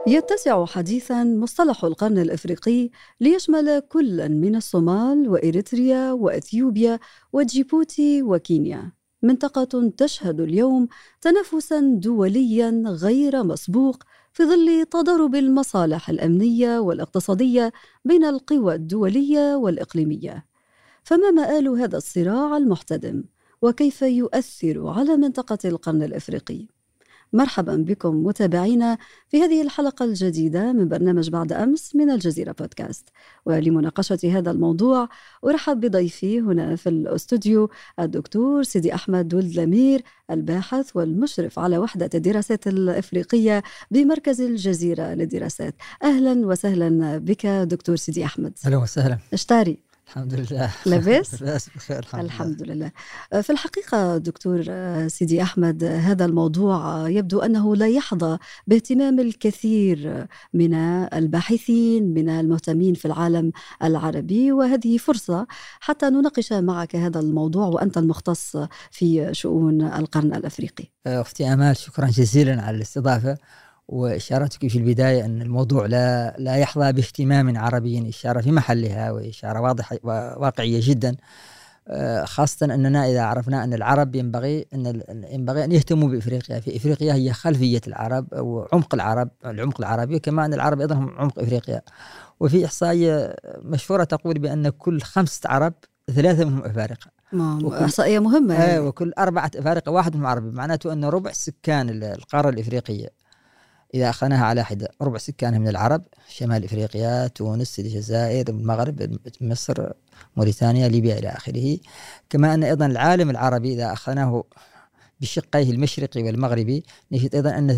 يتسع حديثا مصطلح القرن الإفريقي ليشمل كل من الصومال وإريتريا وأثيوبيا وجيبوتي وكينيا، منطقة تشهد اليوم تنافسا دوليا غير مسبوق في ظل تضارب المصالح الأمنية والاقتصادية بين القوى الدولية والإقليمية. فما مآل هذا الصراع المحتدم؟ وكيف يؤثر على منطقة القرن الإفريقي؟ مرحبا بكم متابعينا في هذه الحلقة الجديدة من برنامج بعد أمس من الجزيرة بودكاست. ولمناقشة هذا الموضوع أرحب بضيفي هنا في الأستوديو الدكتور سيدي أحمد ولد لمير، الباحث والمشرف على وحدة الدراسات الإفريقية بمركز الجزيرة للدراسات. أهلا وسهلا بك دكتور سيدي أحمد. أهلا وسهلا. اشتاري؟ الحمد لله. لاباس؟ لاباس بخير الحمد لله. في الحقيقة دكتور سيدي أحمد، هذا الموضوع يبدو أنه لا يحظى باهتمام الكثير من الباحثين من المهتمين في العالم العربي، وهذه فرصة حتى نناقش معك هذا الموضوع وأنت المختص في شؤون القرن الأفريقي. أختي آمال، شكرا جزيلا على الاستضافة، وإشارتك في البداية أن الموضوع لا يحظى باهتمام عربي إشارة في محلها، وإشارة واضحة وواقعية جدا، خاصة أننا إذا عرفنا أن العرب ينبغي أن يهتموا بإفريقيا. في إفريقيا هي خلفية العرب وعمق العمق العربي، كما أن العرب أيضا هم عمق إفريقيا. وفي إحصائية مشهورة تقول بأن كل 5 عرب 3 منهم أفارقة. إحصائية مهمة. وكل 4 أفارقة 1 منهم عربي، معناته أن ربع سكان القارة الإفريقية إذا أخذناها على حدة، ربع سكانها من العرب، شمال إفريقيا، تونس، الجزائر، المغرب، مصر، موريتانيا، ليبيا إلى آخره. كما أن أيضا العالم العربي إذا أخذناه بشقيه المشرقي والمغربي نجد أيضا أن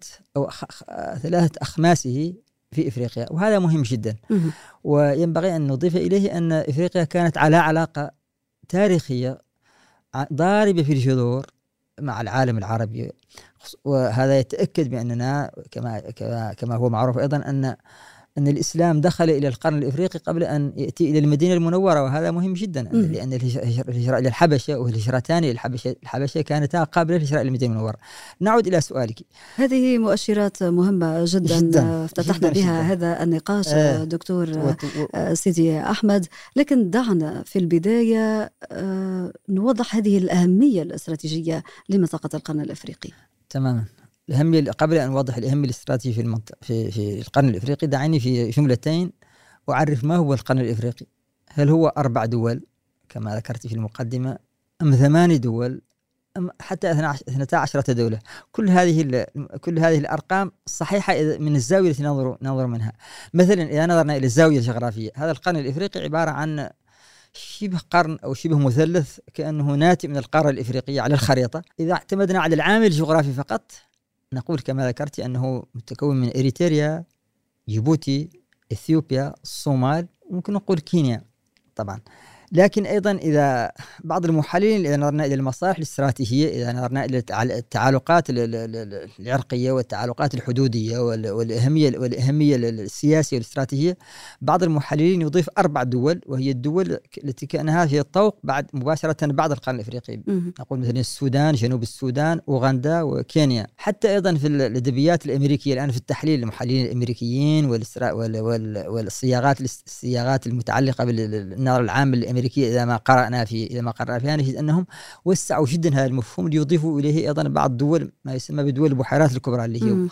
3 أخماسه في إفريقيا، وهذا مهم جدا. وينبغي أن نضيف إليه أن إفريقيا كانت على علاقة تاريخية ضاربة في الجذور مع العالم العربي، وهذا يتأكد بأننا كما هو معروف أيضا أن الإسلام دخل إلى القرن الإفريقي قبل أن يأتي إلى المدينة المنورة، وهذا مهم جدا. لأن الهجرة إلى الحبشة والهجرتان إلى الحبشة كانتا قبل الهجرة إلى المدينة المنورة. نعود إلى سؤالك. هذه مؤشرات مهمة جدا افتتحنا بها هذا النقاش دكتور سيدي أحمد، لكن دعنا في البداية نوضح هذه الأهمية الاستراتيجية لمنطقة القرن الإفريقي. تماما. الأهمية، قبل أن أوضح الأهمية الاستراتيجية في المنطقة في القرن الإفريقي، دعيني في جملتين أعرف ما هو القرن الإفريقي. هل هو 4 دول كما ذكرت في المقدمة، أم 8 دول، أم حتى 12 دولة؟ كل هذه الأرقام صحيحة من الزاوية التي ننظر منها. مثلا إذا نظرنا إلى الزاوية الجغرافية، هذا القرن الإفريقي عبارة عن شبه قرن أو شبه مثلث، كأنه ناتئ من القارة الإفريقية على الخريطة. إذا اعتمدنا على العامل الجغرافي فقط نقول كما ذكرت أنه متكون من إريتريا، جيبوتي، إثيوبيا، الصومال، ممكن نقول كينيا طبعا. لكن أيضا إذا بعض المحللين إذا نظرنا إلى المصالح الاستراتيجية، إذا نظرنا إلى التعلقات العرقية والتعلقات الحدودية والأهمية السياسية والاستراتيجية، بعض المحللين يضيف 4 دول، وهي الدول التي كأنها هي الطوق مباشرة بعد القرن الإفريقي. نقول مثلا السودان، جنوب السودان، أوغندا، وكينيا. حتى أيضا في الأدبيات الأمريكية الآن في التحليل، المحللين الأمريكيين والصياغات المتعلقة بالنظر العام الأمريكية، إذا ما قرأنا فيها نجد أنهم وسعوا جدا هذا المفهوم ليضيفوا إليه أيضا بعض الدول ما يسمى بدول البحيرات الكبرى، اللي هي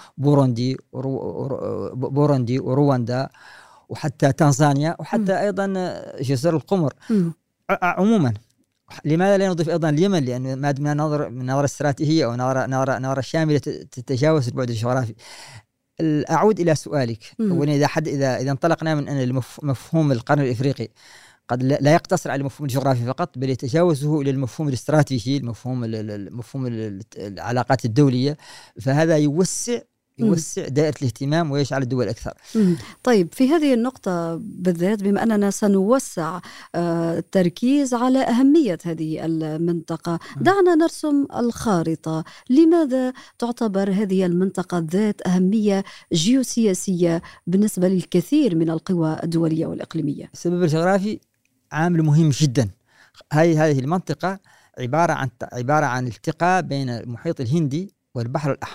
بوروندي ورواندا وحتى تنزانيا وحتى أيضا جزر القمر. عموما لماذا لا نضيف أيضا اليمن؟ لأنه ما دمنا من نظرة استراتيجية أو نظرة شاملة تتجاوز البعد الجغرافي. أعود إلى سؤالك. إذا انطلقنا من أن مفهوم القرن الإفريقي قد لا يقتصر على المفهوم الجغرافي فقط، بل يتجاوزه إلى المفهوم الاستراتيجي، المفهوم العلاقات الدولية، فهذا يوسع دائرة الاهتمام ويجعل الدول أكثر. طيب، في هذه النقطة بالذات، بما أننا سنوسع التركيز على أهمية هذه المنطقة، دعنا نرسم الخارطة. لماذا تعتبر هذه المنطقة ذات أهمية جيوسياسية بالنسبة للكثير من القوى الدولية والإقليمية؟ السبب الجغرافي عامل مهم جدا. هذه المنطقة عبارة عن التقاء بين المحيط الهندي والبحر الأحمر،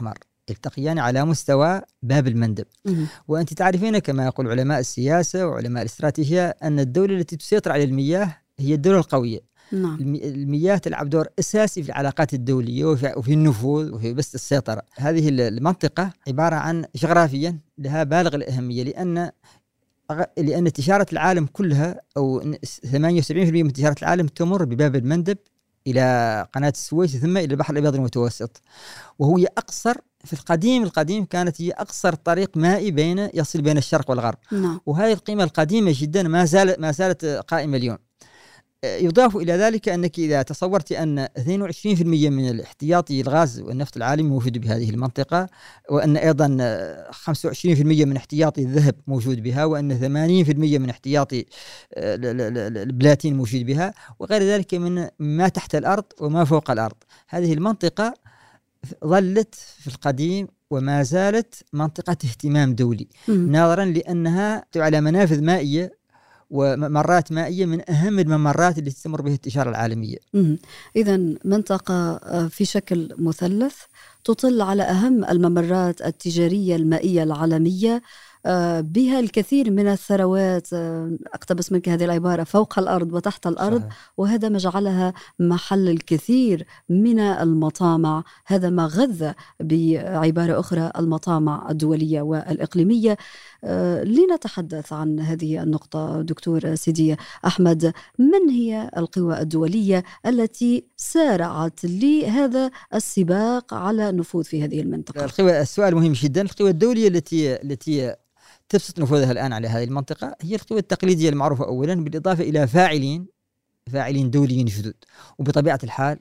يلتقيان على مستوى باب المندب. وأنت تعرفين كما يقول علماء السياسة وعلماء الاستراتيجية أن الدولة التي تسيطر على المياه هي الدولة القوية. نعم. المياه تلعب دور أساسي في العلاقات الدولية وفي النفوذ وفي بس السيطرة. هذه المنطقة عبارة عن جغرافيا لها بالغ الأهمية، لأن تجارة العالم كلها أو 78% من تجارة العالم تمر بباب المندب إلى قناة السويس ثم إلى البحر الأبيض المتوسط، وهو أقصر في القديم كانت هي أقصر طريق مائي يصل بين الشرق والغرب. نعم. وهذه القيمة القديمة جدا ما زالت قائمة اليوم. يضاف إلى ذلك أنك إذا تصورت أن 22% من الاحتياطي الغاز والنفط العالمي موجود بهذه المنطقة، وأن أيضا 25% من احتياطي الذهب موجود بها، وأن 80% من احتياطي البلاتين موجود بها، وغير ذلك من ما تحت الأرض وما فوق الأرض. هذه المنطقة ظلت في القديم وما زالت منطقة اهتمام دولي، نظرا لأنها على منافذ مائية وممرات مائية من أهم الممرات التي تمر بها التجارة العالمية. إذن منطقة في شكل مثلث تطل على أهم الممرات التجارية المائية العالمية، بها الكثير من الثروات، أقتبس منك هذه العبارة، فوق الأرض وتحت الأرض. صحيح. وهذا ما جعلها محل الكثير من المطامع، هذا ما غذى بعبارة أخرى المطامع الدولية والإقليمية. لنتحدث عن هذه النقطة دكتور سيدي أحمد، من هي القوى الدولية التي سارعت لهذا السباق على النفوذ في هذه المنطقة؟ السؤال مهم جدا. القوى الدولية التي تبسط نفوذها الآن على هذه المنطقة هي القوى التقليدية المعروفة أولا، بالإضافة إلى فاعلين دوليين جدد، وبطبيعة الحال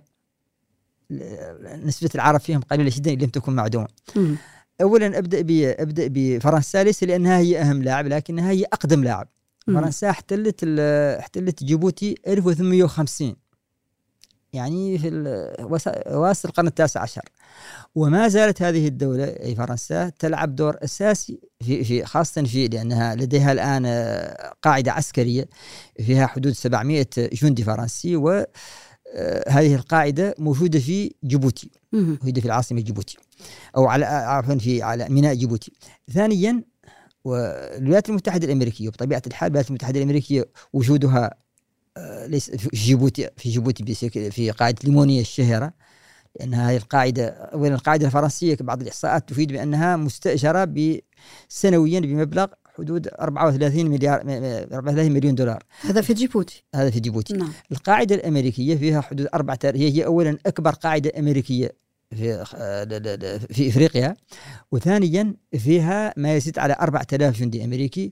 نسبة العرب فيهم قليلة جدا إن لم تكن معدومة. أولا أبدأ بفرنسا، ليس لأنها هي أهم لاعب لكنها هي أقدم لاعب. فرنسا احتلت جيبوتي 1850، يعني في واسط القرن ال19، وما زالت هذه الدولة أي فرنسا تلعب دور أساسي في خاصة لأنها لديها الآن قاعدة عسكرية فيها حدود 700 جندي فرنسي، وهذه القاعدة موجودة في جيبوتي، موجودة في العاصمة جيبوتي، أو على ميناء جيبوتي. ثانيا، والولايات المتحدة الأمريكية، وبطبيعة الحال الولايات المتحدة الأمريكية وجودها ليس في جيبوتي في قاعدة ليمونية الشهيرة، لأنها هي القاعدة الفرنسية بعض الإحصاءات تفيد بأنها مستأجرة سنويا بمبلغ حدود 34 مليون دولار. هذا في جيبوتي. نعم. القاعدة الأمريكية فيها حدود هي أولا أكبر قاعدة أمريكية في إفريقيا، وثانيا فيها ما يزيد على 4000 جندي أمريكي،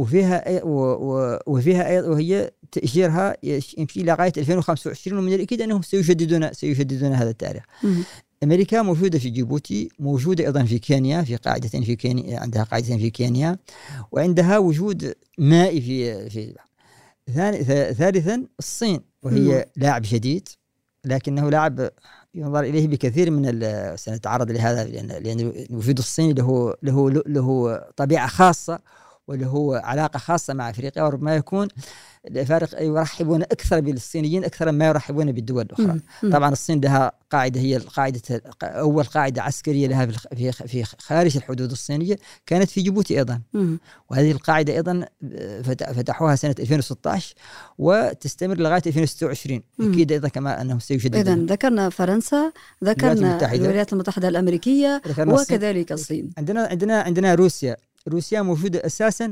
وهي تأجيرها يمشي لغاية 2025، ومن الأكيد أنهم سيجددون هذا التاريخ. أمريكا موجودة في جيبوتي، موجودة أيضا في كينيا، عندها قاعدتين في كينيا، وعندها وجود مائي في ثالثا الصين، وهي لاعب جديد لكنه لاعب ينظر إليه بكثير سنتعرض لهذا، لأن وجود الصين له طبيعة خاصة وله علاقة خاصة مع أفريقيا، وربما يكون الأفارقة يرحبون أكثر بالصينيين أكثر ما يرحبون بالدول الأخرى. طبعا الصين لها قاعدة، هي أول قاعدة عسكرية لها في خارج الحدود الصينية كانت في جيبوتي أيضا، وهذه القاعدة أيضا فتحوها سنة 2016 وتستمر لغاية 2026. أكيد أيضا كما أنهم سيجددون. إذن ذكرنا فرنسا، ذكرنا الولايات المتحدة الأمريكية، وكذلك الصين. عندنا روسيا موجودة أساسا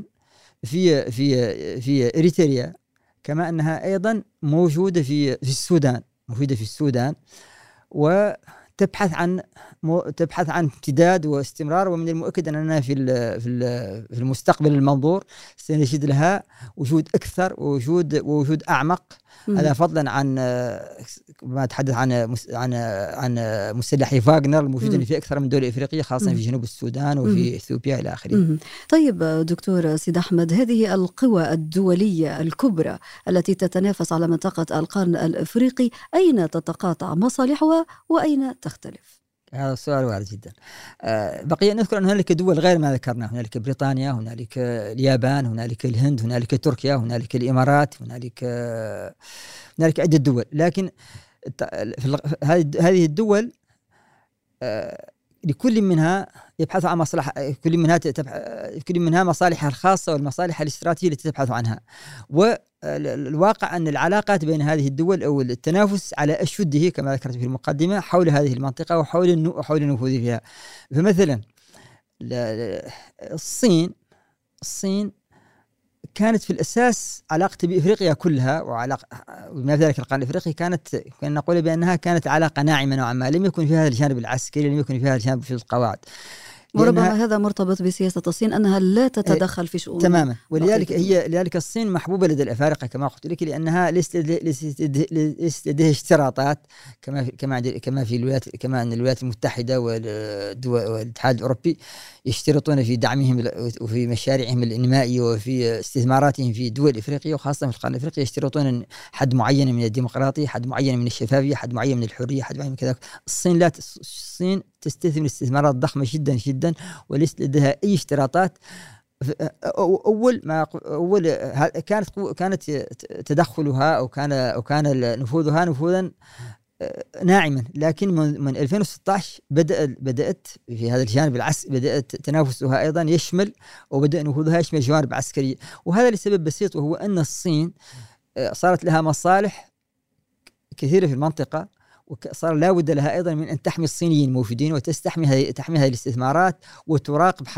في إريتريا، كما أنها أيضا موجودة في السودان، وتبحث عن امتداد واستمرار. ومن المؤكد أننا في المستقبل المنظور سنجد لها وجود أكثر ووجود أعمق، هذا فضلا عن ما تحدث عن مسلحي فاغنر الموجودين في أكثر من دولة إفريقية، خاصة في جنوب السودان وفي إثيوبيا إلى آخره. طيب دكتور سيد أحمد، هذه القوى الدولية الكبرى التي تتنافس على منطقة القرن الإفريقي، أين تتقاطع مصالحها وأين تختلف؟ هذا السؤال وارد جدا. بقي أن نذكر أن هنالك دول غير ما ذكرنا، هنالك بريطانيا، هنالك اليابان، هنالك الهند، هنالك تركيا، هنالك الإمارات، هنالك عدة دول. لكن هذه الدول لكل منها يبحث عن مصلحة، كل منها مصالحها الخاصة والمصالح الاستراتيجية التي تبحث عنها. والواقع أن العلاقات بين هذه الدول أو التنافس على أشده كما ذكرت في المقدمة حول هذه المنطقة وحول النفوذ فيها. فمثلا الصين كانت في الأساس علاقة بإفريقيا كلها وبما ذلك القرن الإفريقي كنا نقول بأنها كانت علاقة ناعمة نوعا ما، لم يكن فيها الجانب العسكري، لم يكن فيها الجانب في القواعد، وربما هذا مرتبط بسياسة الصين أنها لا تتدخل في شؤون تماما. ولذلك لذلك الصين محبوبة لدى الأفارقة كما قلت لك، لأنها ليست لديها اشتراطات كما في الولايات، كما أن الولايات المتحدة والاتحاد الأوروبي يشترطون في دعمهم وفي مشاريعهم الإنمائية وفي استثماراتهم في دول إفريقيا وخاصة في القرن الإفريقي يشترطون حد معين من الديمقراطية، حد معين من الشفافية، حد معين من الحرية، حد معين من كذا. الصين تستثمر استثمارات ضخمة جدا جدا وليس لديها أي اشتراطات. كانت تدخلها أو كان نفوذا ناعما، لكن من 2016 بدأت في هذا الجانب بدأت تنافسها أيضا يشمل، وبدأ نفوذها يشمل جوانب عسكرية، وهذا لسبب بسيط، وهو أن الصين صارت لها مصالح كثيرة في المنطقة، وصار لا بد لها أيضا من أن تحمي الصينيين الموجودين وتحمي هذه الاستثمارات وتراقب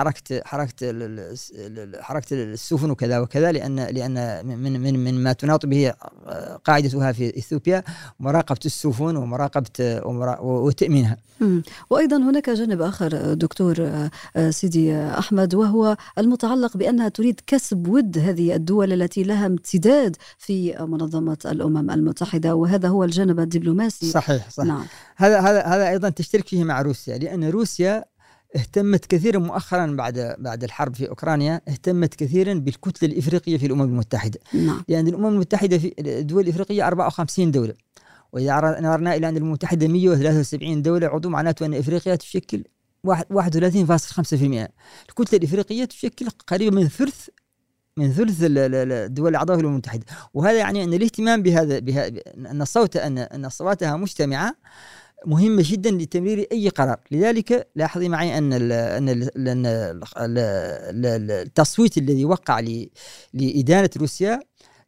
حركة السفن وكذا وكذا، لأن من ما تناط به قاعدتها في إثيوبيا مراقبة السفن وتأمينها. وأيضا هناك جانب آخر دكتور سيدي أحمد، وهو المتعلق بأنها تريد كسب ود هذه الدول التي لها امتداد في منظمة الأمم المتحدة، وهذا هو الجانب الدبلوماسي. صحيح. نعم. هذا أيضا تشترك فيه مع روسيا، لأن روسيا اهتمت كثيرا مؤخرا بعد الحرب في أوكرانيا، اهتمت كثيرا بالكتلة الإفريقية في الأمم المتحدة. نعم. لأن الأمم المتحدة في الدول الإفريقية 54 دولة، وإذا نظرنا إلى أن الأمم المتحدة 173 دولة عضو، معناته أن إفريقيا تشكل 31.5%. الكتلة الإفريقية تشكل قريبا من ثلث الدول الأعضاء في الأمم المتحدة، وهذا يعني أن الاهتمام بهذا أن أصواتها مجتمعة مهمة جدا لتمرير أي قرار. لذلك لاحظي معي أن التصويت الذي وقع لإدانة روسيا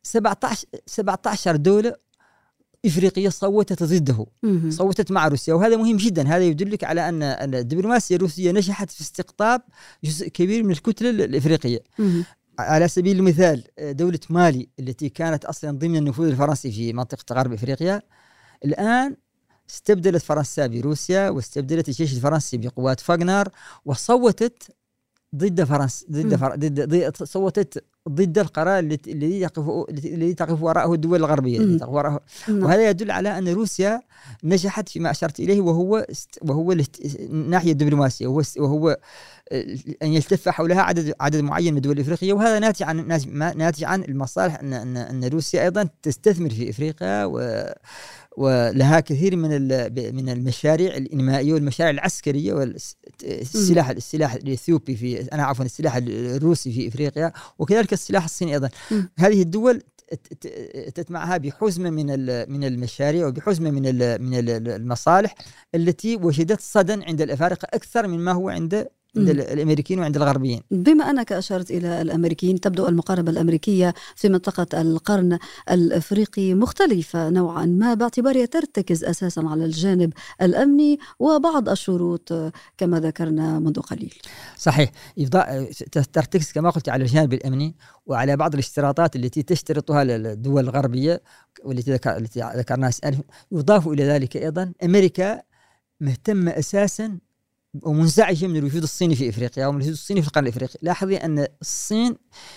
17 دولة إفريقية صوتت ضده، صوتت مع روسيا، وهذا مهم جدا. هذا يدلك على أن الدبلوماسية الروسية نجحت في استقطاب جزء كبير من الكتلة الإفريقية. على سبيل المثال دولة مالي التي كانت أصلا ضمن النفوذ الفرنسي في منطقة غرب إفريقيا، الآن استبدلت فرنسا بروسيا، واستبدلت الجيش الفرنسي بقوات فاغنر، وصوتت ضد فرنسا، صوتت ضد القرار الذي تقف وراءه الدول الغربية. وهذا يدل على أن روسيا نجحت فيما أشرت إليه، وهو الناحية الدبلوماسية، وهو أن يلتف حولها عدد معين من الدول الإفريقية، وهذا ناتج عن المصالح أن روسيا أيضا تستثمر في إفريقيا ولها كثير من المشاريع الإنمائية والمشاريع العسكرية والسلاح الإثيوبي السلاح الروسي في إفريقيا، وكذلك السلاح الصيني أيضا. هذه الدول تتمعها بحزمة من المشاريع وبحزمة من المصالح التي وجدت صدى عند الأفارقة أكثر مما هو عند الأمريكيين وعند الغربيين. بما أنك أشرت إلى الأمريكيين، تبدو المقاربة الأمريكية في منطقة القرن الأفريقي مختلفة نوعا ما، باعتبارها ترتكز أساسا على الجانب الأمني وبعض الشروط كما ذكرنا منذ قليل. صحيح، ترتكز كما قلت على الجانب الأمني وعلى بعض الاشتراطات التي تشترطها الدول الغربية والتي ذكرناها. يضاف إلى ذلك أيضا أمريكا مهتمة أساسا ومنزعجة من الوجود الصيني في إفريقيا ومن الوجود الصيني في القرن الإفريقي. لاحظي أن الصين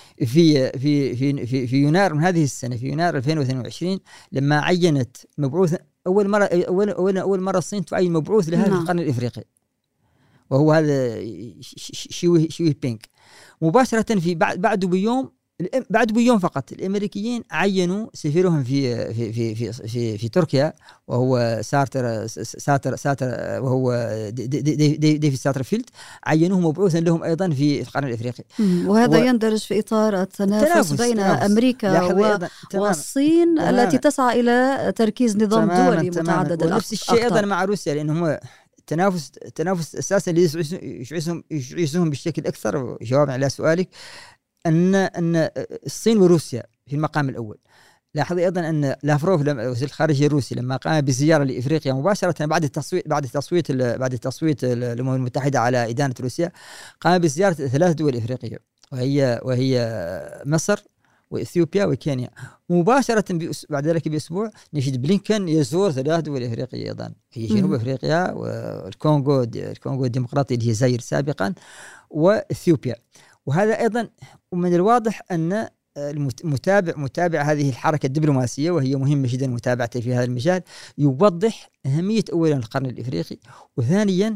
في يناير من هذه السنة، في يناير 2022، لما عينت مبعوث أول مرة الصين تعين مبعوث لها في القرن الإفريقي، وهو هذا شي بينغ. مباشرة بعد بيوم فقط الامريكيين عينوا سفيرهم في تركيا، وهو ساتر وهو ديفيد ساترفيلد، عينوه مبعوثا لهم ايضا في القرن الافريقي. وهذا يندرج في اطار التنافس بين امريكا والصين التي تسعى الى تركيز نظام دولي متعدد ونفس الشيء ايضا مع روسيا، لانهم التنافس اساسا اللي يشعسهم بالشكل اكثر. جوابا على سؤالك ان الصين وروسيا في المقام الاول. لاحظ ايضا ان لافروف وزير الخارجيه الروسي لما قام بزياره لافريقيا مباشره بعد تصويت الامم المتحده على ادانه روسيا، قام بزياره 3 دول افريقيه وهي مصر واثيوبيا وكينيا. مباشره بعد ذلك باسبوع نجد بلينكن يزور 3 دول افريقيه ايضا، هي جنوب افريقيا والكونغو الديمقراطي اللي هي زاير سابقا واثيوبيا. وهذا ايضا من الواضح ان متابع هذه الحركة الدبلوماسية، وهي مهمة جدا متابعته في هذا المجال، يوضح أهمية أولا القرن الإفريقي، وثانيا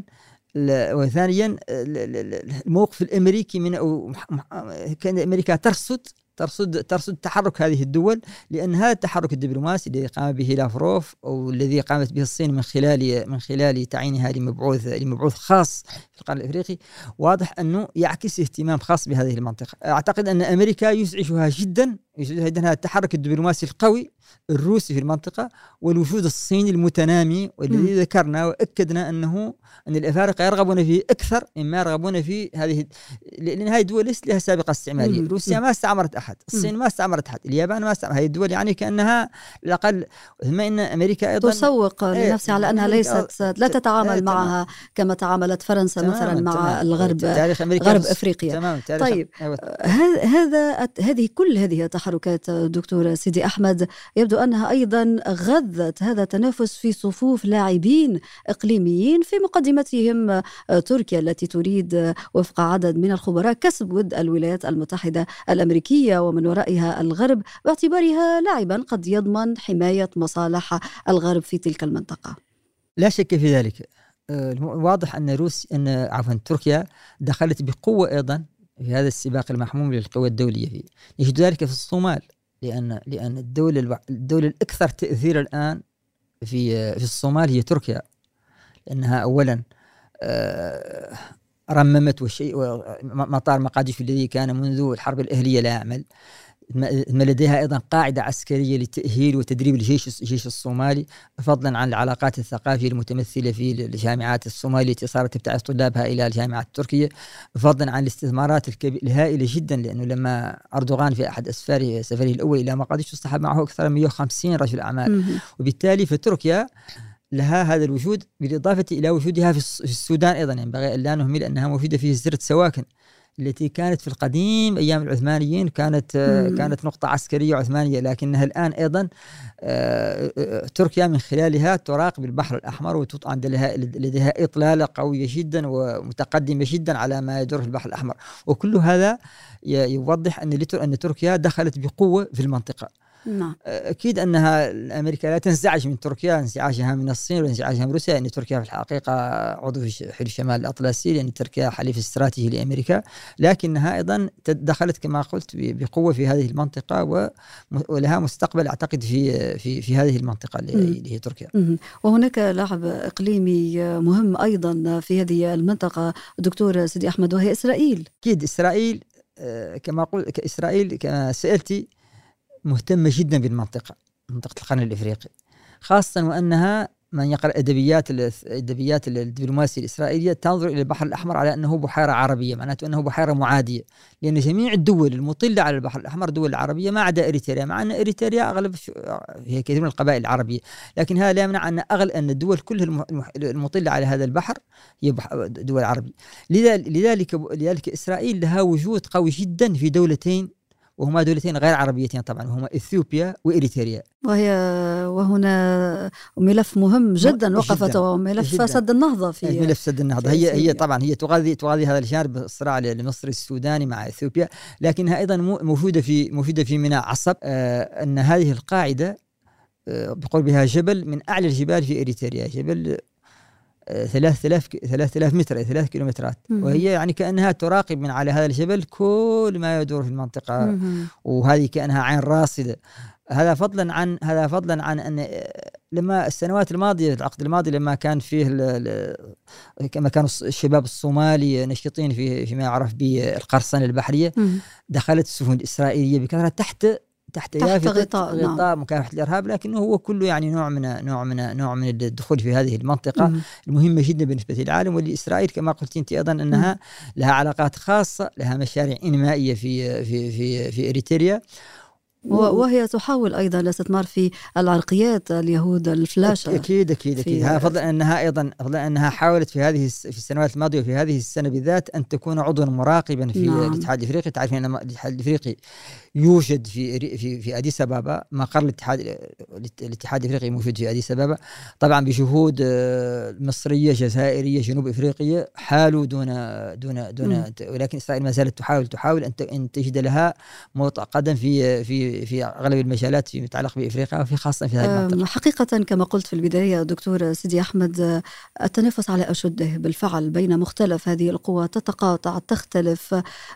الموقف الأمريكي كان أمريكا ترصد تحرك هذه الدول، لأن هذا التحرك الدبلوماسي الذي قام به لافروف أو الذي قامت به الصين من خلال تعيينها لمبعوث خاص في القرن الإفريقي، واضح أنه يعكس اهتمام خاص بهذه المنطقة. أعتقد أن أمريكا يزعجها جدا هذا التحرك الدبلوماسي القوي الروسي في المنطقة، والوجود الصيني المتنامي والذي ذكرنا وأكدنا أن الأفارقة يرغبون فيه أكثر مما يرغبون في هذه، لأن هذه الدول ليست لها سابقة استعمارية. روسيا ما استعمرت أحد، الصين ما استعمرت أحد، اليابان ما استعمرت. هذه الدول يعني كأنها على الأقل، ثم إن أمريكا أيضا تسوق لنفسها على أنها لا تتعامل معها كما تعاملت فرنسا مثلا مع الغرب، غرب أفريقيا. طيب كل هذه التحركات دكتور سيدي أحمد يبدو أنها أيضا غذت هذا التنافس في صفوف لاعبين إقليميين، في مقدمتهم تركيا التي تريد وفق عدد من الخبراء كسب ود الولايات المتحدة الأمريكية ومن ورائها الغرب، باعتبارها لاعبا قد يضمن حماية مصالح الغرب في تلك المنطقة. لا شك في ذلك. واضح أن تركيا دخلت بقوة أيضا في هذا السباق المحموم للقوى الدولية فيه. نجد ذلك في الصومال، لأن الدولة الأكثر تأثير الآن في الصومال هي تركيا، لأنها أولا رممت مطار مقاديشو الذي كان منذ الحرب الأهلية لا يعمل. ما لديها أيضا قاعدة عسكرية لتأهيل وتدريب الجيش الصومالي، فضلا عن العلاقات الثقافية المتمثلة في الجامعات الصومالية التي صارت تبتعث طلابها إلى الجامعات التركية، فضلا عن الاستثمارات الهائلة جدا، لأنه لما أردوغان في أحد سفره الأول إلى مقاديشو اصطحب معه أكثر من 150 رجل أعمال. وبالتالي فتركيا لها هذا الوجود، بالإضافة إلى وجودها في السودان أيضا. ينبغي أن لا نهمل أنها موجودة في جزيرة سواكن التي كانت في القديم أيام العثمانيين كانت نقطة عسكرية عثمانية، لكنها الآن أيضا تركيا من خلالها تراقب البحر الأحمر، وتطعن لديها إطلالة قوية جدا ومتقدمة جدا على ما يدور في البحر الأحمر. وكل هذا يوضح أن تركيا دخلت بقوة في المنطقة. نعم. أكيد أنها أمريكا لا تنزعج من تركيا انزعاجها من الصين ولا انزعاجها من روسيا، لأن تركيا في الحقيقة عضو في حلف شمال الأطلسي، لأن تركيا حليف استراتيجي لأمريكا، لكنها أيضا دخلت كما قلت بقوة في هذه المنطقة، ولها مستقبل أعتقد في هذه المنطقة اللي هي تركيا. وهناك لاعب إقليمي مهم أيضا في هذه المنطقة دكتور سيدي أحمد، وهي إسرائيل. أكيد إسرائيل كما سألتي مهتمة جدا بالمنطقة، منطقة القرن الإفريقي، خاصة وأنها من يقرأ أدبيات الدبلوماسية الإسرائيلية تنظر إلى البحر الأحمر على أنه بحيرة عربية، معناته أنه بحيرة معادية، لأن جميع الدول المطلة على البحر الأحمر دول عربية ما عدا إريتريا، مع أن إريتريا أغلب هي كثير من القبائل العربية، لكن هذا لا يمنع أن الدول كلها المطلة على هذا البحر هي دول عربية. لذلك إسرائيل لها وجود قوي جدا في دولتين، وهما دولتين غير عربيتين طبعا، وهما إثيوبيا وإريتريا. وهنا ملف مهم جدا وقفت، وملف سد النهضة. في ملف سد النهضة هي طبعا هي تغذي هذا الجانب، الصراع المصري السوداني مع إثيوبيا، لكنها أيضا موجودة في ميناء عصب. أن هذه القاعدة بقول بها جبل من أعلى الجبال في إريتريا، جبل 3000 متر، 3 كيلومترات، وهي يعني كأنها تراقب من على هذا الجبل كل ما يدور في المنطقة، وهذه كأنها عين راصدة. هذا فضلا عن أن لما السنوات الماضية، العقد الماضي، لما كان فيه كما كانوا الشباب الصومالي نشيطين فيما يعرف بالقرصنة البحرية، دخلت السفن الإسرائيلية بكثرة تحت تحت غطاء مكافحة الإرهاب، لكنه هو كله يعني نوع من الدخول في هذه المنطقة المهمة جدا بالنسبة للعالم ولإسرائيل. كما قلت أنت أيضا أنها لها علاقات خاصة، لها مشاريع إنمائية في إريتريا، وهي تحاول أيضا الاستثمار في العرقيات اليهود الفلاشة. أكيد فضلا أنها حاولت في السنوات الماضية وفي هذه السنة بالذات أن تكون عضوا مراقبا في الاتحاد الإفريقي. تعرفين أن الاتحاد الإفريقي يوجد في أديس أبابا، مقر الاتحاد الإفريقي موجود في أديس أبابا، طبعا بشهود مصرية جزائرية جنوب إفريقية حالوا دون ولكن إسرائيل ما زالت تحاول أن تجد لها موطأ قدم في أغلب المجالات في متعلق بإفريقيا وفي خاصة في هذه المنطقة. حقيقة كما قلت في البداية دكتور سيدي أحمد، التنافس على أشده بالفعل بين مختلف هذه القوى تتقاطع تختلف،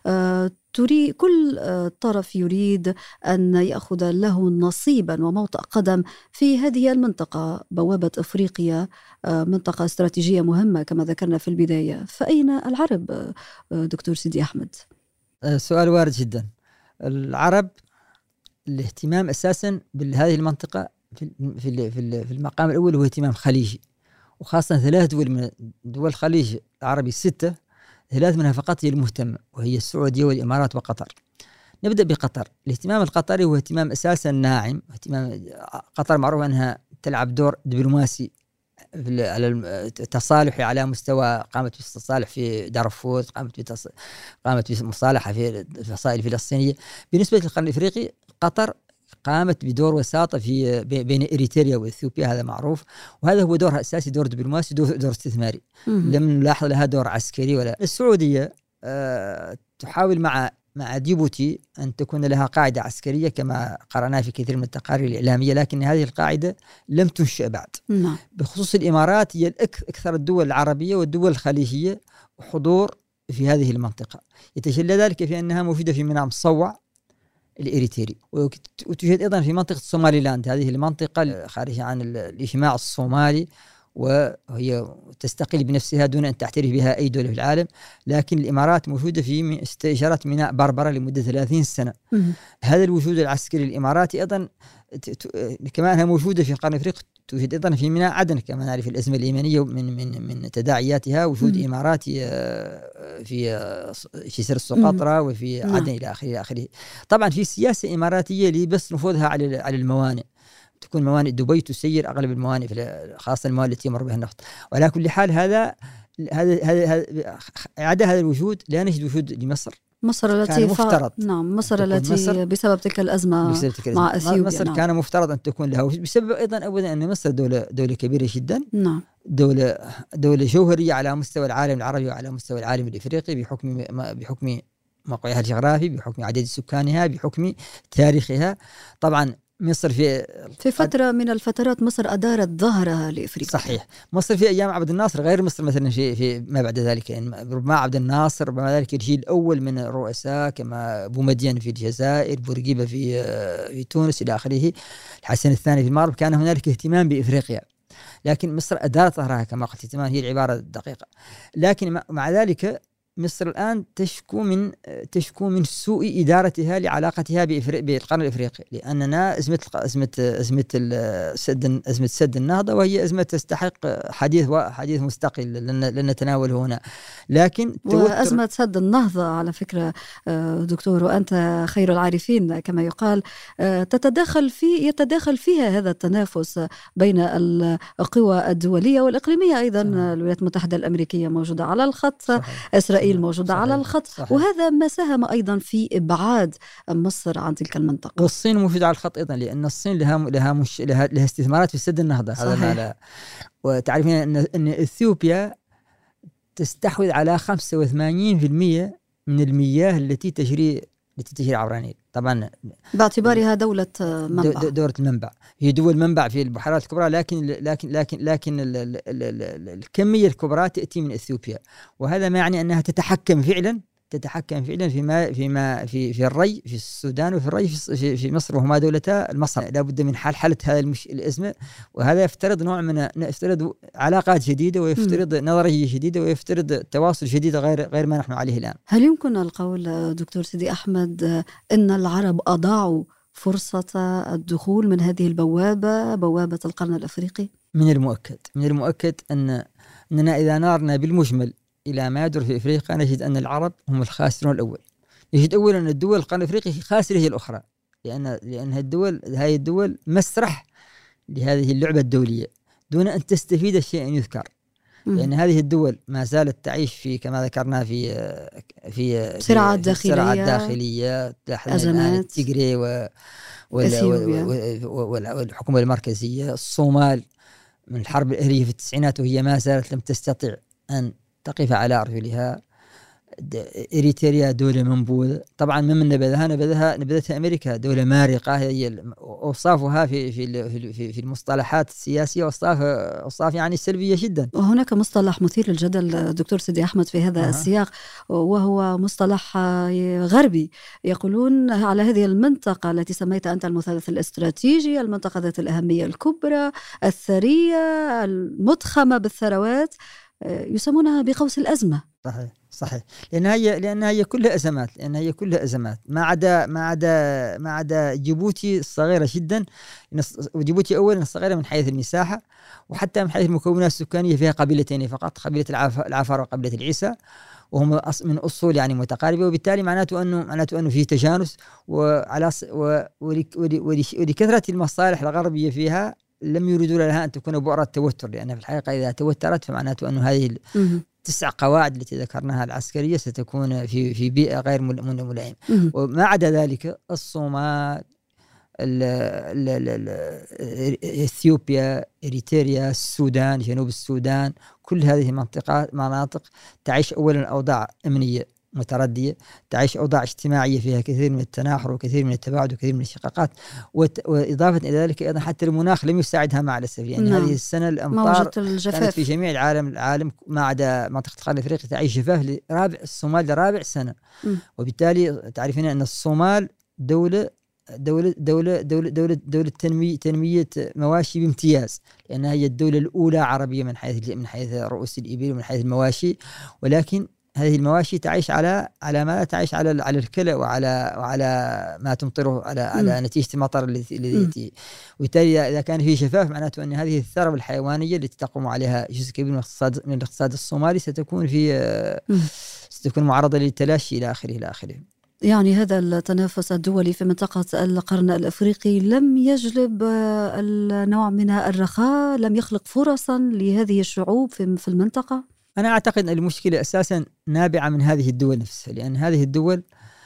كل طرف يريد أن يأخذ له نصيبا وموطأ قدم في هذه المنطقة، بوابة أفريقيا منطقة استراتيجية مهمة كما ذكرنا في البداية. فأين العرب دكتور سيدي أحمد؟ سؤال وارد جدا. العرب الاهتمام أساسا بهذه المنطقة في المقام الأول هو اهتمام خليجي، وخاصة 3 دول من دول الخليج العربي 6، 3 منها فقط هي المهتمة، وهي السعودية والإمارات وقطر. نبدأ بقطر. الاهتمام القطري هو اهتمام أساسا ناعم. قطر معروف أنها تلعب دور دبلوماسي على التصالح على مستوى، قامت بالتصالح في دارفور، قامت بمصالحة في الفصائل الفلسطينية. بالنسبة للقرن الإفريقي قطر قامت بدور وساطة بين إريتريا وإثيوبيا، هذا معروف، وهذا هو دورها الأساسي، دور دبلوماسي، دور استثماري. لم نلاحظ لها دور عسكري. ولا السعودية تحاول مع جيبوتي أن تكون لها قاعدة عسكرية كما قرأنا في كثير من التقارير الإعلامية، لكن هذه القاعدة لم تنشأ بعد. بخصوص الإمارات، هي أكثر الدول العربية والدول الخليجية حضور في هذه المنطقة، يتجلى ذلك في أنها موجودة في ميناء مصوع الإريتري، وتوجد أيضا في منطقة سوماليلاند، هذه المنطقة خارجة عن الإجماع الصومالي، وهي تستقل بنفسها دون أن تعترف بها أي دولة في العالم. لكن الإمارات موجودة في استئجارات ميناء بربرة لمدة 30 سنة. هذا الوجود العسكري الإماراتي أيضا كما أنها موجودة في القرن الإفريقي توجد أيضا في ميناء عدن. كما نعرف الأزمة اليمنية من تداعياتها وجود إماراتي في جزر السقطرى وفي عدن إلى آخره. طبعا في سياسة إماراتية لبس نفوذها على الموانئ، تكون موانئ دبي تسير أغلب الموانئ خاصة الموانئ التي يمر بها النفط. وعلى كل حال هذا عدا هذا الوجود لا نجد وجود لمصر. مصر التي مصر التي بسبب تلك الأزمة مع أثيوبيا. مصر كان مفترض أن تكون لها وجود بسبب أولا أن مصر دولة كبيرة جدا. دولة جوهرية على مستوى العالم العربي وعلى مستوى العالم الإفريقي بحكم موقعها الجغرافي، بحكم عدد سكانها، بحكم تاريخها. طبعا مصر في فترة من الفترات مصر أدارت ظهرها لإفريقيا. صحيح. مصر في أيام عبد الناصر غير مصر مثلا في ما بعد ذلك، يعني ربما عبد الناصر، ربما ذلك الجيل الأول من الرؤساء كما بومدين في الجزائر، بورقيبة في تونس إلى آخره، الحسن الثاني في المغرب، كان هنالك اهتمام بإفريقيا. لكن مصر أدارت ظهرها كما قلت تماما، هي العبارة الدقيقة. لكن مع ذلك مصر الآن تشكو من سوء إدارتها لعلاقتها بالقرن الإفريقي، لأننا أزمة سد النهضة، وهي أزمة تستحق حديث مستقل لن نتناوله هنا. لكن وأزمة سد النهضة على فكرة دكتور، وأنت خير العارفين كما يقال، يتداخل فيها هذا التنافس بين القوى الدولية والإقليمية أيضا. الولايات المتحدة الأمريكية موجودة على الخط، إسرائيل موجودة على الخط. وهذا ما ساهم أيضا في إبعاد مصر عن تلك المنطقة. والصين موجودة على الخط أيضا، لأن الصين لها استثمارات في سد النهضة. هذا وتعرفين أن إثيوبيا تستحوذ على 85% من المياه التي تجري عبر النيل، طبعا باعتبارها دولة منبع. دولة المنبع، هي دول منبع في البحيرات الكبرى، لكن الكمية الكبرى تأتي من إثيوبيا، وهذا ما يعني أنها تتحكم فعلا في الري في السودان وفي الري في مصر، وهما دولتا المصر. لا بد من حالة هذه الأزمة، وهذا يفترض علاقات جديدة، ويفترض نظرية جديدة، ويفترض تواصل جديد غير ما نحن عليه الآن. هل يمكن القول دكتور سيدي أحمد أن العرب أضاعوا فرصة الدخول من هذه البوابة، بوابة القرن الأفريقي؟ من المؤكد أننا إذا نظرنا بالمجمل إلى ما يدور في إفريقيا نجد أن العرب هم الخاسرون الأول. نجد أولا أن الدول القرن الأفريقي خاسرة هي الأخرى، لأن هذه الدول مسرح لهذه اللعبة الدولية دون أن تستفيد شيئا يذكر. لأن هذه الدول ما زالت تعيش في كما ذكرنا في صراعات داخلية أزمات التيغري والحكومة المركزية. الصومال من الحرب الأهلية في التسعينات وهي ما زالت لم تستطع أن تقف على أرجلها. إريتريا دولة منبوذة طبعا، ممن نبذتها أمريكا، دولة مارقة. هي أوصافها في المصطلحات السياسية أوصاف يعني سلبية جدا. وهناك مصطلح مثير للجدل دكتور سيدي أحمد في هذا السياق، وهو مصطلح غربي. يقولون على هذه المنطقة التي سميت أنت المثلث الاستراتيجي، المنطقة ذات الأهمية الكبرى الثرية المضخمة بالثروات، يسمونها بقوس الأزمة. صحيح. لأنها هي كلها أزمات، ما عدا جيبوتي الصغيرة جدا. جيبوتي أولا صغيرة من حيث المساحة، وحتى من حيث المكونات السكانية فيها قبيلتين فقط، قبيلة العفر وقبيلة العيسى، وهم من أصول يعني متقاربة، وبالتالي معناته أنه في تجانس. ولكثرة المصالح الغربية فيها لم يريدوا لها أن تكون بؤرة توتر، لأن في الحقيقة إذا توترت فمعناته أن هذه 9 قواعد التي ذكرناها العسكرية ستكون في بيئة غير ملائمة. وما عدا ذلك الصومال، إثيوبيا، إريتريا، السودان، جنوب السودان، كل هذه مناطق تعيش أولا أوضاع أمنية متردية، تعيش أوضاع اجتماعية فيها كثير من التناحر وكثير من التباعد وكثير من الشقاقات. وإضافة إلى ذلك أيضا حتى المناخ لم يساعدها مع الأسف، يعني هذه السنة الأمطار كانت في جميع العالم ما عدا منطقة القرن الأفريقي تعيش جفاف الصومال لرابع سنة. وبالتالي تعرفين أن الصومال دولة تنمية مواشي بامتياز، لأنها هي الدولة الأولى عربية من حيث رؤوس الإبل ومن حيث المواشي. ولكن هذه المواشي تعيش على ما لا تعيش على الكلى وعلى ما تمطره على نتيجة المطر الذي وبالتالي إذا كان فيه شفاف معناته أن هذه الثروة الحيوانية التي تقوم عليها جزء كبير من الاقتصاد الصومالي ستكون معرضة للتلاشي إلى آخره. يعني هذا التنافس الدولي في منطقة القرن الأفريقي لم يجلب النوع من الرخاء، لم يخلق فرصا لهذه الشعوب في المنطقة. أنا أعتقد أن المشكلة أساسا نابعة من هذه الدول نفسها، لأن هذه الدول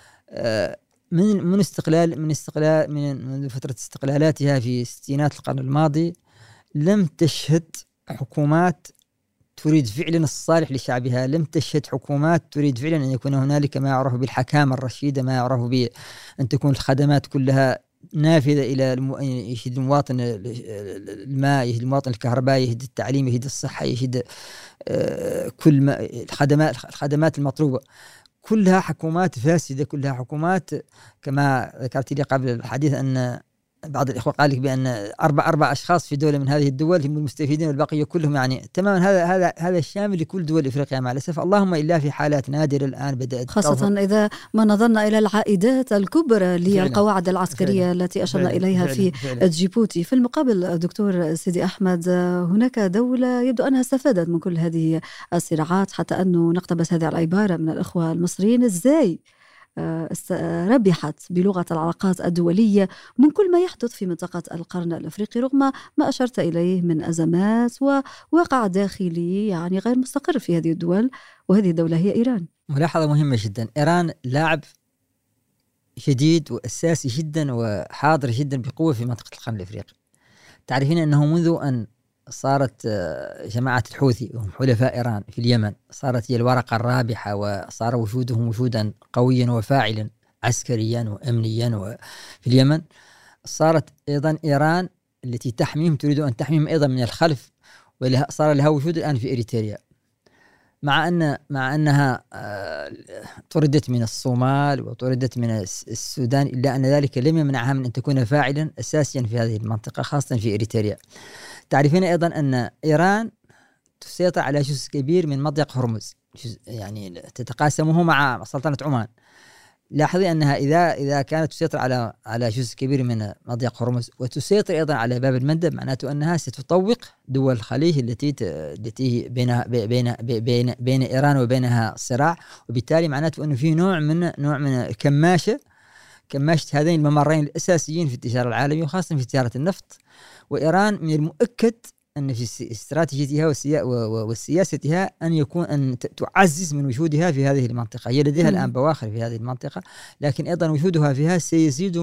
منذ فترة استقلالاتها في ستينات القرن الماضي لم تشهد حكومات تريد فعلا الصالح لشعبها، لم تشهد حكومات تريد فعلا أن يكون هنالك ما يعرف بالحكامة الرشيدة، ما يعرف بأن تكون الخدمات كلها نافذة إلى يشهد المواطن الماء، يشهد المواطن الكهرباء، يشهد التعليم، يشهد الصحة، يشهد كل ما الخدمات المطلوبة. كلها حكومات فاسدة، كلها حكومات كما ذكرت لي قبل الحديث أن بعض الإخوة قال لك بأن أربع أشخاص في دولة من هذه الدول هم المستفيدين والبقية كلهم يعني تماما. هذا الشامل لكل دول إفريقيا مع الأسف، اللهم إلا في حالات نادرة الآن بدأت خاصة إذا ما نظرنا إلى العائدات الكبرى للقواعد العسكرية التي أشرنا إليها في جيبوتي. في المقابل دكتور سيدي أحمد، هناك دولة يبدو أنها استفادت من كل هذه الصراعات، حتى أنه نقتبس هذه العبارة من الإخوة المصريين: إزاي ربحت بلغة العلاقات الدولية من كل ما يحدث في منطقة القرن الأفريقي، رغم ما أشرت إليه من أزمات وواقع داخلي يعني غير مستقر في هذه الدول، وهذه الدولة هي إيران. ملاحظة مهمة جدا، إيران لاعب شديد وأساسي جدا وحاضر جدا بقوة في منطقة القرن الأفريقي. تعرفين أنه منذ أن صارت جماعة الحوثي وهم حلفاء إيران في اليمن صارت هي الورقة الرابحة، وصار وجودهم وجودا قويا وفاعلا عسكريا وأمنيا في اليمن. صارت أيضا إيران التي تحميهم تريد أن تحميهم أيضا من الخلف، وصار لها وجود الآن في إريتريا، مع أنها طردت من الصومال وطردت من السودان، إلا أن ذلك لم يمنعها من أن تكون فاعلا أساسيا في هذه المنطقة خاصة في إريتريا. تعرفين أيضا أن إيران تسيطر على جزء كبير من مضيق هرمز، يعني تتقاسمه مع سلطنة عمان. لاحظي أنها إذا كانت تسيطر على جزء كبير من مضيق هرمز وتسيطر أيضا على باب المندب، معناته أنها ستطوق دول الخليج التي بين إيران وبينها صراع، وبالتالي معناته أنه في نوع من كماشة هذين الممرين الأساسيين في التجارة العالمية وخاصة في تجارة النفط. وإيران من المؤكد أن في استراتيجيتها وسياستها أن تعزز من وجودها في هذه المنطقة. هي لديها الآن بواخر في هذه المنطقة، لكن أيضا وجودها فيها سيزيد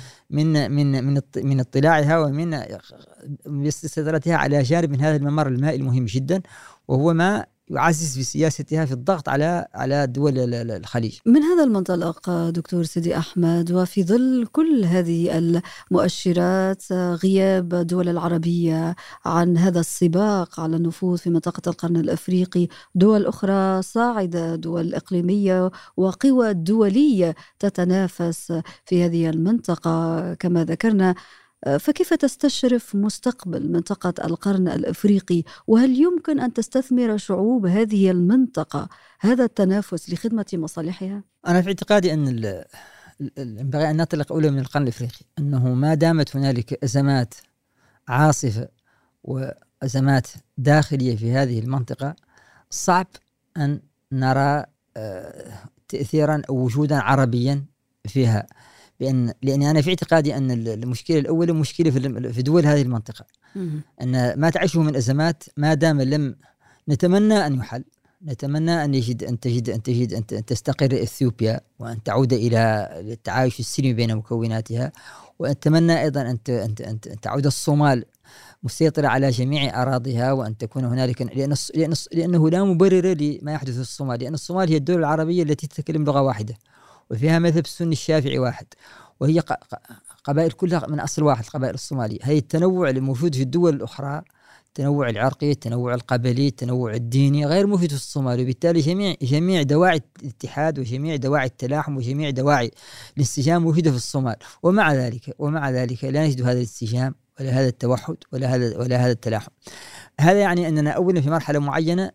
من اطلاعها ومن سيطرتها على جانب من هذا الممر المائي المهم جدا، وهو ما يعزز في سياستها في الضغط على دول الخليج. من هذا المنطلق دكتور سيدي أحمد، وفي ظل كل هذه المؤشرات، غياب الدول العربية عن هذا السباق على النفوذ في منطقة القرن الأفريقي، دول أخرى صاعدة، دول إقليمية وقوى دولية تتنافس في هذه المنطقة كما ذكرنا، فكيف تستشرف مستقبل منطقة القرن الأفريقي؟ وهل يمكن أن تستثمر شعوب هذه المنطقة هذا التنافس لخدمة مصالحها؟ أنا في اعتقادي أن ينبغي أن نطلق أولى من القرن الأفريقي أنه ما دامت هنالك أزمات عاصفة وأزمات داخلية في هذه المنطقة، صعب أن نرى تأثيرا أو وجودا عربيا فيها، لأن أنا في اعتقادي أن المشكلة الأولى مشكلة في دول هذه المنطقة، أن ما تعيشه من أزمات ما دام لم نتمنى أن يحل. نتمنى أن تستقر إثيوبيا وأن تعود إلى التعايش السلمي بين مكوناتها، ونتمنى أيضا أن تعود الصومال مسيطرة على جميع أراضيها، وأن تكون هنالك لأنه لا مبرر لما يحدث في الصومال، لأن الصومال هي الدولة العربية التي تتكلم لغة واحدة وفيها مذهب السني الشافعي واحد، وهي قبائل كلها من أصل واحد، القبائل الصومالية. هي التنوع الموجود في الدول الأخرى، التنوع العرقي، التنوع القبلي، التنوع الديني غير موجود في الصومال، وبالتالي جميع دواعي الاتحاد وجميع دواعي التلاحم وجميع دواعي الانسجام موجودة في الصومال. ومع ذلك لا نجد هذا الانسجام ولا هذا التوحد ولا هذا التلاحم. هذا يعني أننا أولا في مرحلة معينة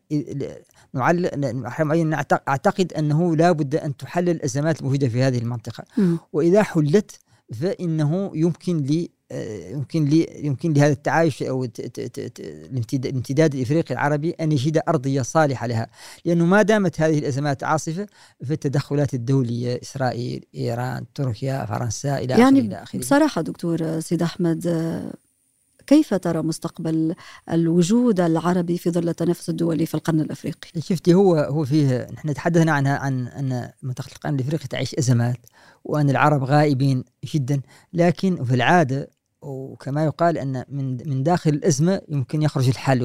أعتقد أنه لا بد أن تحل الأزمات الموجودة في هذه المنطقة، وإذا حلت فإنه يمكن لهذا التعايش أو الامتداد الإفريقي العربي أن يجد أرضية صالحة لها، لأنه ما دامت هذه الأزمات عاصفة فالتدخلات الدولية إسرائيل، إيران، تركيا، فرنسا إلى آخره. بصراحة دكتور سيد أحمد، كيف ترى مستقبل الوجود العربي في ظل التنافس الدولي في القرن الأفريقي؟ شفتي هو فيه، نحن تحدثنا عن أن منطقة القرن الأفريقي تعيش أزمات وأن العرب غائبين جدا، لكن في العادة وكما يقال أن من داخل الأزمة يمكن يخرج الحل،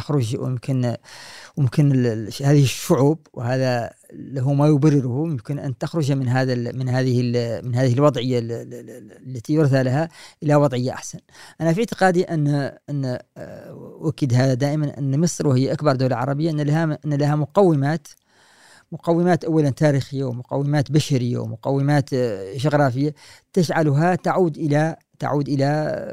ويمكن هذه الشعوب وهذا له ما يبرره، يمكن أن تخرج من هذه الوضعية التي يرثى لها إلى وضعية أحسن. أنا في اعتقادي أن أؤكد هذا دائما، أن مصر وهي أكبر دولة عربية أن لها مقومات أولا تاريخية ومقومات بشرية ومقومات جغرافية تجعلها تعود إلى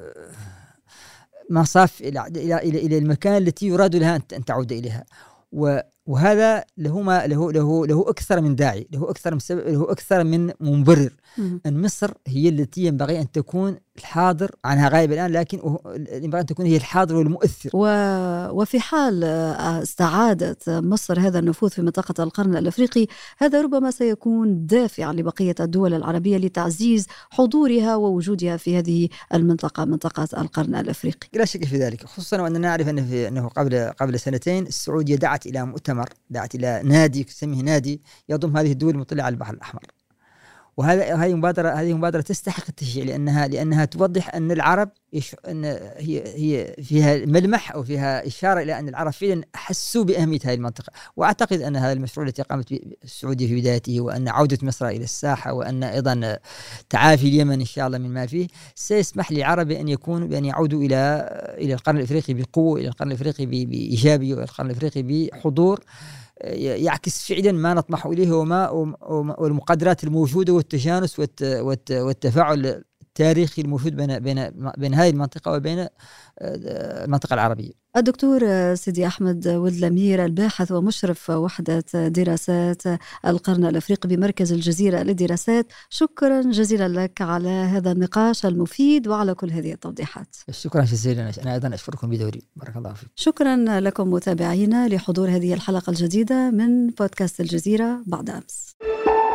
مصاف إلى المكان التي يراد لها أن تعود إليها، وهذا له أكثر من داعي، له أكثر من مبرر. أن مصر هي التي ينبغي أن تكون الحاضر عنها غائب الآن، لكن ينبغي أن تكون هي الحاضر والمؤثر. وفي حال استعادت مصر هذا النفوذ في منطقة القرن الأفريقي، هذا ربما سيكون دافع لبقية الدول العربية لتعزيز حضورها ووجودها في هذه المنطقة، منطقة القرن الأفريقي. لا شك في ذلك، خصوصا وأننا نعرف أنه قبل سنتين السعودية دعت إلى نادي تسميه نادي يضم هذه الدول المطلة على البحر الأحمر، هذه مبادرة تستحق التشجيع، لأنها توضح أن العرب أن هي فيها ملمح أو فيها إشارة إلى أن العرب فعلا أحسوا بأهمية هذه المنطقة. وأعتقد أن هذا المشروع الذي قامت به السعودية في بدايته، وأن عودة مصر إلى الساحة، وأن أيضا تعافي اليمن إن شاء الله من ما فيه، سيسمح للعرب بأن يعودوا إلى القرن الأفريقي بقوة، إلى القرن الأفريقي بإيجابية، وإلى القرن الأفريقي بحضور يعكس فعلا ما نطمح إليه والمقدرات الموجودة والتجانس والتفاعل التاريخي الموجود بين هذه المنطقة وبين المنطقة العربية. الدكتور سيدي أحمد ولد الأمير، الباحث ومشرف وحدة دراسات القرن الأفريقي بمركز الجزيرة للدراسات، شكرا جزيلا لك على هذا النقاش المفيد وعلى كل هذه التوضيحات. شكرا جزيلا، أنا أيضا أشكركم بدوري. بارك الله فيك. شكرا لكم متابعينا لحضور هذه الحلقة الجديدة من بودكاست الجزيرة بعد أمس.